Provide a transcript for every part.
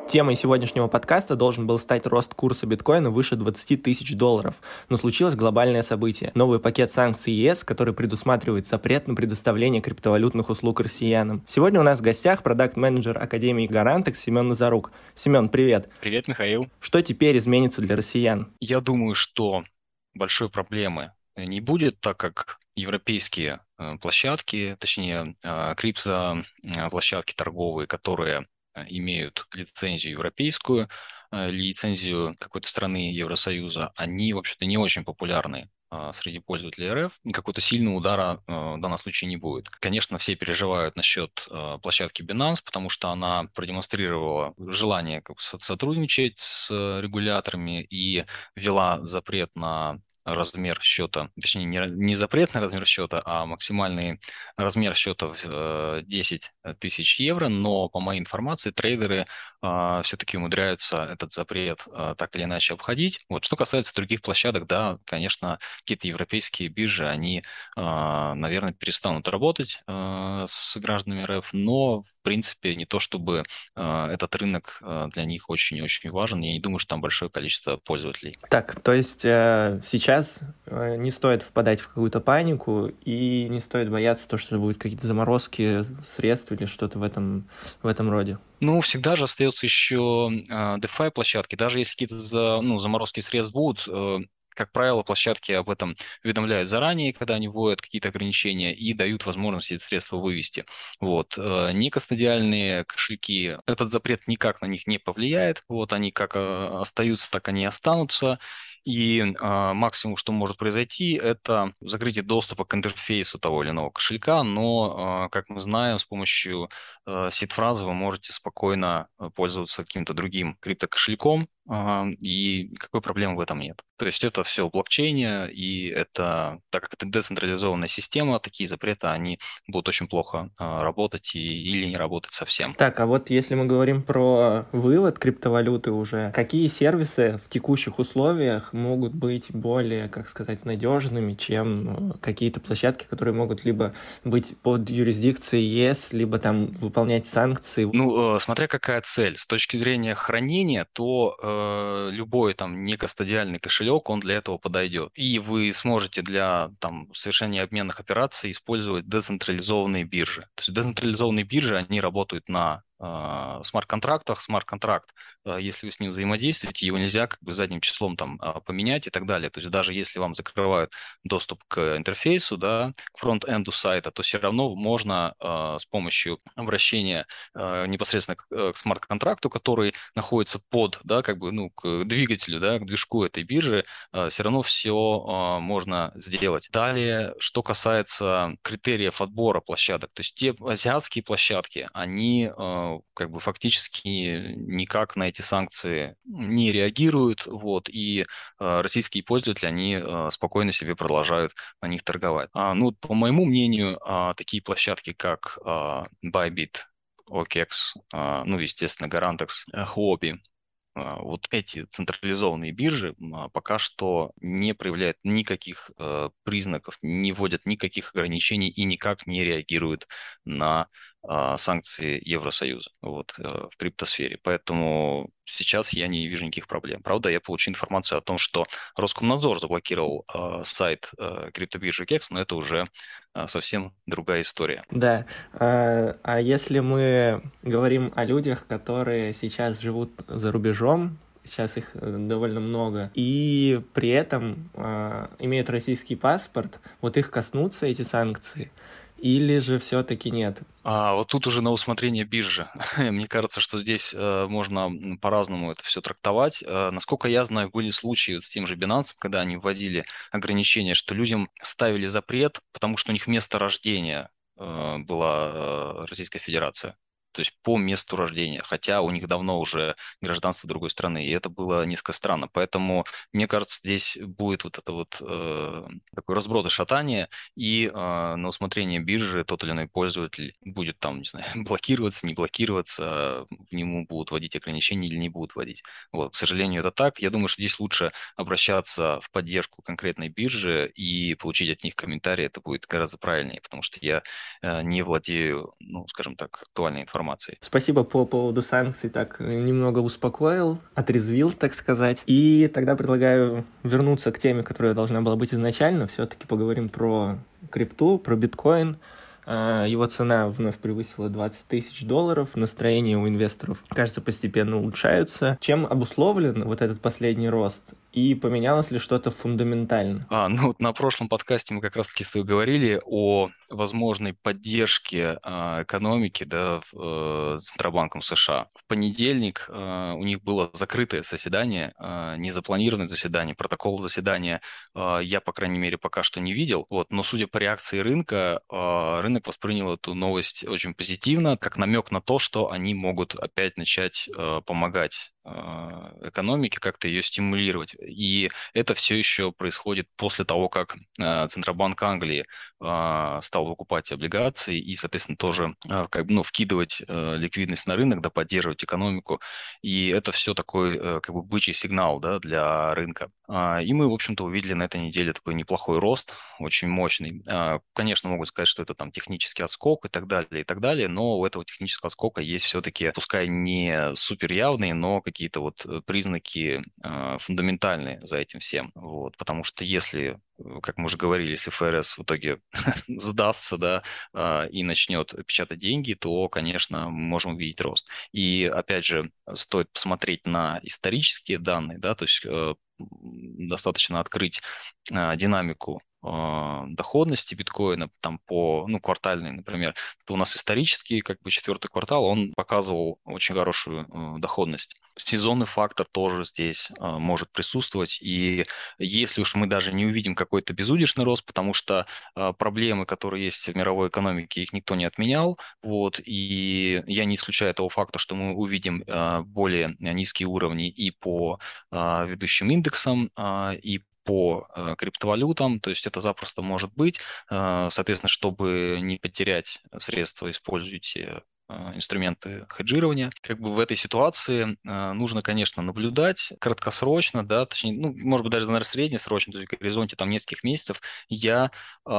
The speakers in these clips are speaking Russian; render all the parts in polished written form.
Темой сегодняшнего подкаста должен был стать рост курса биткоина выше 20 тысяч долларов, но случилось глобальное событие. Новый пакет санкций ЕС, который предусматривает запрет на предоставление криптовалютных услуг россиянам. Сегодня у нас в гостях продакт-менеджер Академии Гарантекс Семен Назарук. Семен, привет. Привет, Михаил. Что теперь изменится для россиян? Я думаю, что большой проблемы не будет, так как европейские площадки, точнее, крипто-площадки торговые, которые имеют лицензию европейскую, лицензию какой-то страны Евросоюза, они, в общем-то, не очень популярны среди пользователей РФ, и какого-то сильного удара в данном случае не будет. Конечно, все переживают насчет площадки Binance, потому что она продемонстрировала желание сотрудничать с регуляторами и ввела запрет на размер счета, точнее, не запрет на размер счета, а максимальный размер счета в 10 тысяч евро, но, по моей информации, трейдеры все-таки умудряются этот запрет так или иначе обходить. Вот. Что касается других площадок, да, конечно, какие-то европейские биржи, они, наверное, перестанут работать с гражданами РФ, но, в принципе, не то чтобы этот рынок для них очень-очень важен. Я не думаю, что там большое количество пользователей. Так, то есть сейчас не стоит впадать в какую-то панику и не стоит бояться того, что будут какие-то заморозки средств или что-то в этом роде. Ну, всегда же остается еще DeFi площадки. Даже если какие-то заморозки средств будут, как правило, площадки об этом уведомляют заранее, когда они вводят какие-то ограничения и дают возможность эти средства вывести. Вот. Некастодиальные кошельки, этот запрет никак на них не повлияет. Вот они как остаются, так они и останутся. И максимум, что может произойти, это закрытие доступа к интерфейсу того или иного кошелька, но, как мы знаем, с помощью сид-фразы вы можете спокойно пользоваться каким-то другим криптокошельком, и никакой проблемы в этом нет. То есть это все в блокчейне, и это, так как это децентрализованная система, такие запреты, они будут очень плохо работать или не работать совсем. Так, а вот если мы говорим про вывод криптовалюты уже, какие сервисы в текущих условиях могут быть более, как сказать, надежными, чем какие-то площадки, которые могут либо быть под юрисдикцией ЕС, либо там выполнять санкции? Ну, смотря какая цель. С точки зрения хранения, то любой там некастодиальный кошелек, он для этого подойдет. И вы сможете для там совершения обменных операций использовать децентрализованные биржи. То есть децентрализованные биржи, они работают на смарт-контрактах. Смарт-контракт, если вы с ним взаимодействуете, его нельзя как бы задним числом там поменять и так далее. То есть даже если вам закрывают доступ к интерфейсу, да, к фронт-энду сайта, то все равно можно с помощью обращения непосредственно к смарт-контракту, который находится под, да, как бы, ну, к двигателю, да, к движку этой биржи, все равно все можно сделать. Далее, что касается критериев отбора площадок, то есть те азиатские площадки, они как бы фактически никак на эти санкции не реагируют, вот, и российские пользователи, они спокойно себе продолжают на них торговать. Ну, по моему мнению, такие площадки, как Bybit, OKEX, ну, естественно, Garantex, Huobi, вот эти централизованные биржи пока что не проявляют никаких признаков, не вводят никаких ограничений и никак не реагируют на санкции Евросоюза вот, в криптосфере. Поэтому сейчас я не вижу никаких проблем. Правда, я получил информацию о том, что Роскомнадзор заблокировал сайт криптобиржи KEX, но это уже совсем другая история. Да, а если мы говорим о людях, которые сейчас живут за рубежом, сейчас их довольно много, и при этом имеют российский паспорт, вот их коснутся эти санкции, или же все-таки нет? Вот тут уже на усмотрение биржи. Мне кажется, что здесь можно по-разному это все трактовать. Насколько я знаю, были случаи вот с тем же Binance, когда они вводили ограничения, что людям ставили запрет, потому что у них место рождения была Российская Федерация. То есть по месту рождения, хотя у них давно уже гражданство другой страны, и это было несколько странно. Поэтому, мне кажется, здесь будет вот это вот такой разброд и шатание, и на усмотрение биржи тот или иной пользователь будет там, не знаю, блокироваться, не блокироваться, в нему будут вводить ограничения или не будут вводить. Вот, к сожалению, это так. Я думаю, что здесь лучше обращаться в поддержку конкретной биржи и получить от них комментарии. Это будет гораздо правильнее, потому что я не владею, ну, скажем так, актуальной информацией информацией. Спасибо по поводу санкций, так немного успокоил, отрезвил, так сказать. И тогда предлагаю вернуться к теме, которая должна была быть изначально. Все-таки поговорим про крипту, про биткоин. Его цена вновь превысила $20 000. Настроения у инвесторов, кажется, постепенно улучшаются. Чем обусловлен вот этот последний рост? И поменялось ли что-то фундаментально? Ну вот на прошлом подкасте мы как раз-таки с тобой говорили о возможной поддержке экономики, да, Центробанком США. В понедельник у них было закрытое заседание, незапланированное заседание, протокол заседания я, по крайней мере, пока что не видел. Вот, но судя по реакции рынка, рынок воспринял эту новость очень позитивно, как намек на то, что они могут опять начать помогать экономике, как-то ее стимулировать. И это все еще происходит после того, как Центробанк Англии стал выкупать облигации и, соответственно, тоже вкидывать ликвидность на рынок, да, поддерживать экономику. И это все такой как бы бычий сигнал, да, для рынка. И мы, в общем-то, увидели на этой неделе такой неплохой рост, очень мощный. Конечно, могут сказать, что это там технический отскок и так далее, но у этого технического отскока есть все-таки, пускай не супер явные, но какие-то вот признаки фундаментальные за этим всем. Вот. Потому что если, как мы уже говорили, если ФРС в итоге сдастся, да, и начнет печатать деньги, то, конечно, мы можем увидеть рост. И, опять же, стоит посмотреть на исторические данные, да, то есть достаточно открыть динамику доходности биткоина там по, квартальной, например, то у нас исторический, как бы, четвертый квартал, он показывал очень хорошую доходность. Сезонный фактор тоже здесь может присутствовать, и если уж мы даже не увидим какой-то безудержный рост, потому что проблемы, которые есть в мировой экономике, их никто не отменял, вот, и я не исключаю того факта, что мы увидим более низкие уровни и по ведущим индексам, и по криптовалютам, то есть это запросто может быть. Соответственно, чтобы не потерять средства, используйте инструменты хеджирования. Как бы в этой ситуации нужно, конечно, наблюдать краткосрочно, да, точнее, может быть, даже, наверное, среднесрочно, то есть в горизонте там нескольких месяцев, я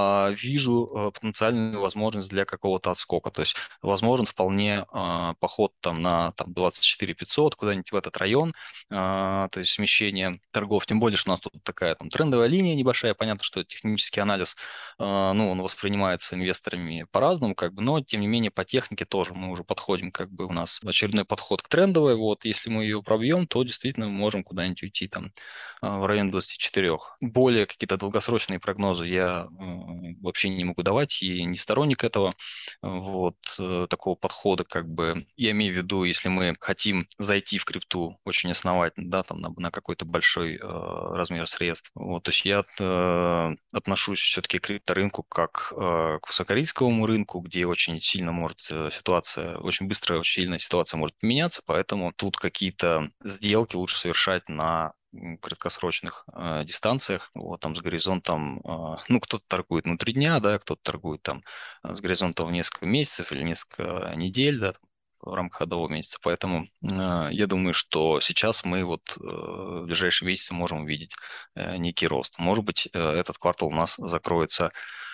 вижу потенциальную возможность для какого-то отскока. То есть возможен вполне поход там на 24 500, куда-нибудь в этот район, то есть смещение торгов, тем более, что у нас тут такая там трендовая линия небольшая, понятно, что технический анализ, он воспринимается инвесторами по-разному, как бы, но, тем не менее, по технике тоже мы уже подходим, как бы у нас очередной подход к трендовой, вот, если мы ее пробьем, то действительно мы можем куда-нибудь уйти там в район 24. Более какие-то долгосрочные прогнозы я вообще не могу давать и не сторонник этого, вот, такого подхода, как бы, я имею в виду, если мы хотим зайти в крипту очень основательно, да, там на какой-то большой размер средств, вот, то есть я отношусь все-таки к крипторынку как к высокорисковому рынку, где очень сильно может ситуация, очень быстро, очень сильная ситуация может поменяться, поэтому тут какие-то сделки лучше совершать на краткосрочных дистанциях, вот там с горизонтом, кто-то торгует на 3 дня, да, кто-то торгует там с горизонтом в несколько месяцев или несколько недель, да, в рамках ходового месяца. Поэтому я думаю, что сейчас мы вот в ближайшие месяцы можем увидеть некий рост. Может быть, этот квартал у нас закроется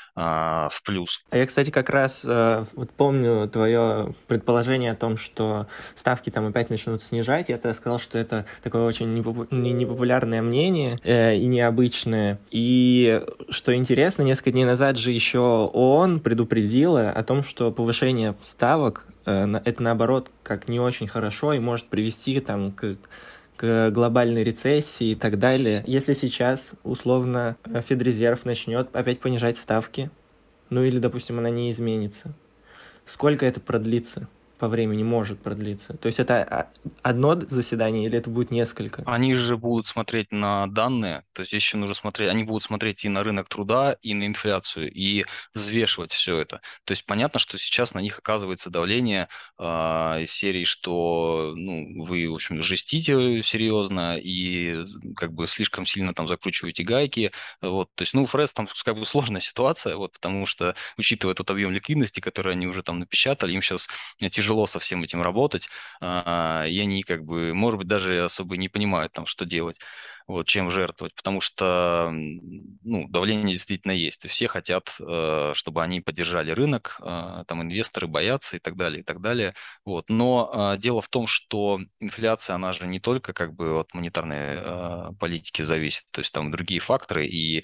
в плюс. А я, кстати, как раз вот помню твое предположение о том, что ставки там опять начнут снижать. Я тогда сказал, что это такое очень непопулярное мнение и необычное. И что интересно, несколько дней назад же еще ООН предупредила о том, что повышение ставок это, наоборот, как не очень хорошо и может привести там к глобальной рецессии и так далее. Если сейчас, условно, Федрезерв начнет опять понижать ставки, или, допустим, она не изменится, сколько это продлится? По времени может продлиться. То есть это одно заседание или это будет несколько? Они же будут смотреть на данные, то есть здесь еще нужно смотреть, они будут смотреть и на рынок труда, и на инфляцию, и взвешивать все это. То есть понятно, что сейчас на них оказывается давление из серии, что вы, в общем, жестите серьезно и как бы слишком сильно там закручиваете гайки. Вот. То есть, ФРС там как бы сложная ситуация, вот, потому что, учитывая тот объем ликвидности, который они уже там напечатали, им сейчас тяжело со всем этим работать, и они как бы, может быть, даже особо не понимают там, что делать. вот, чем жертвовать, потому что ну, давление действительно есть. И все хотят, чтобы они поддержали рынок, там инвесторы боятся и так далее, и так далее. Вот. Но дело в том, что инфляция, она же не только как бы от монетарной политики зависит, то есть там другие факторы, и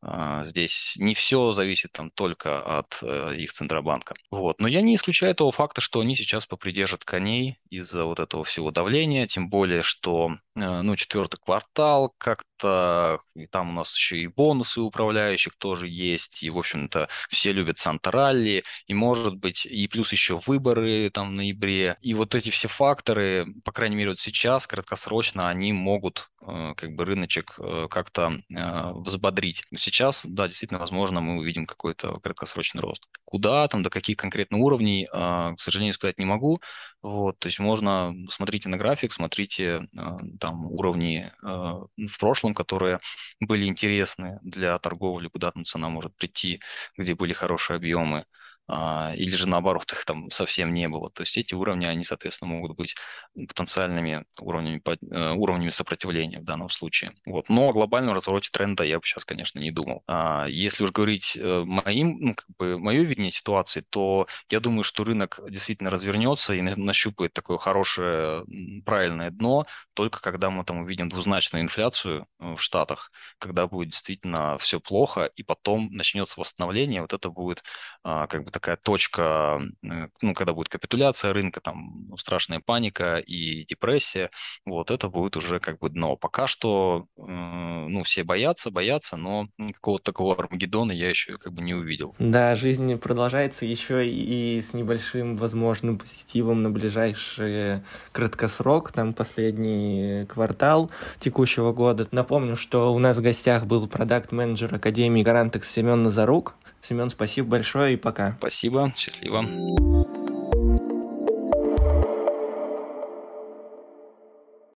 здесь не все зависит там только от их Центробанка. Вот. Но я не исключаю того факта, что они сейчас попридержат коней из-за вот этого всего давления, тем более, что ну, четвертый квартал как-то, и там у нас еще и бонусы у управляющих тоже есть, и, в общем-то, все любят Санта-ралли, и, может быть, и плюс еще выборы там в ноябре. И вот эти все факторы, по крайней мере, вот сейчас, краткосрочно, они могут как бы рыночек как-то взбодрить. Сейчас, да, действительно, возможно, мы увидим какой-то краткосрочный рост. Куда там, до каких конкретно уровней, к сожалению, сказать не могу. Вот, то есть можно, смотрите на график, смотрите там уровни в прошлом, которые были интересны для торговли, куда там цена может прийти, где были хорошие объемы, или же наоборот их там совсем не было. То есть эти уровни, они, соответственно, могут быть потенциальными уровнями, уровнями сопротивления в данном случае. Вот. Но о глобальном развороте тренда я бы сейчас, конечно, не думал. Если уж говорить моим, ну, как бы, мое видение ситуации, то я думаю, что рынок действительно развернется и нащупает такое хорошее, правильное дно, только когда мы там увидим двузначную инфляцию в Штатах, когда будет действительно все плохо, и потом начнется восстановление, вот это будет как бы такая точка, ну, когда будет капитуляция рынка, там страшная паника и депрессия, вот это будет уже как бы дно. Пока что, ну, все боятся, но какого-то такого Армагеддона я еще как бы не увидел. Да, жизнь продолжается еще и с небольшим возможным позитивом на ближайший краткосрок, там последний квартал текущего года. Напомню, что у нас в гостях был продакт-менеджер Академии Гарантекс Семен Назарук. Семен, спасибо большое и пока. Спасибо, счастливо.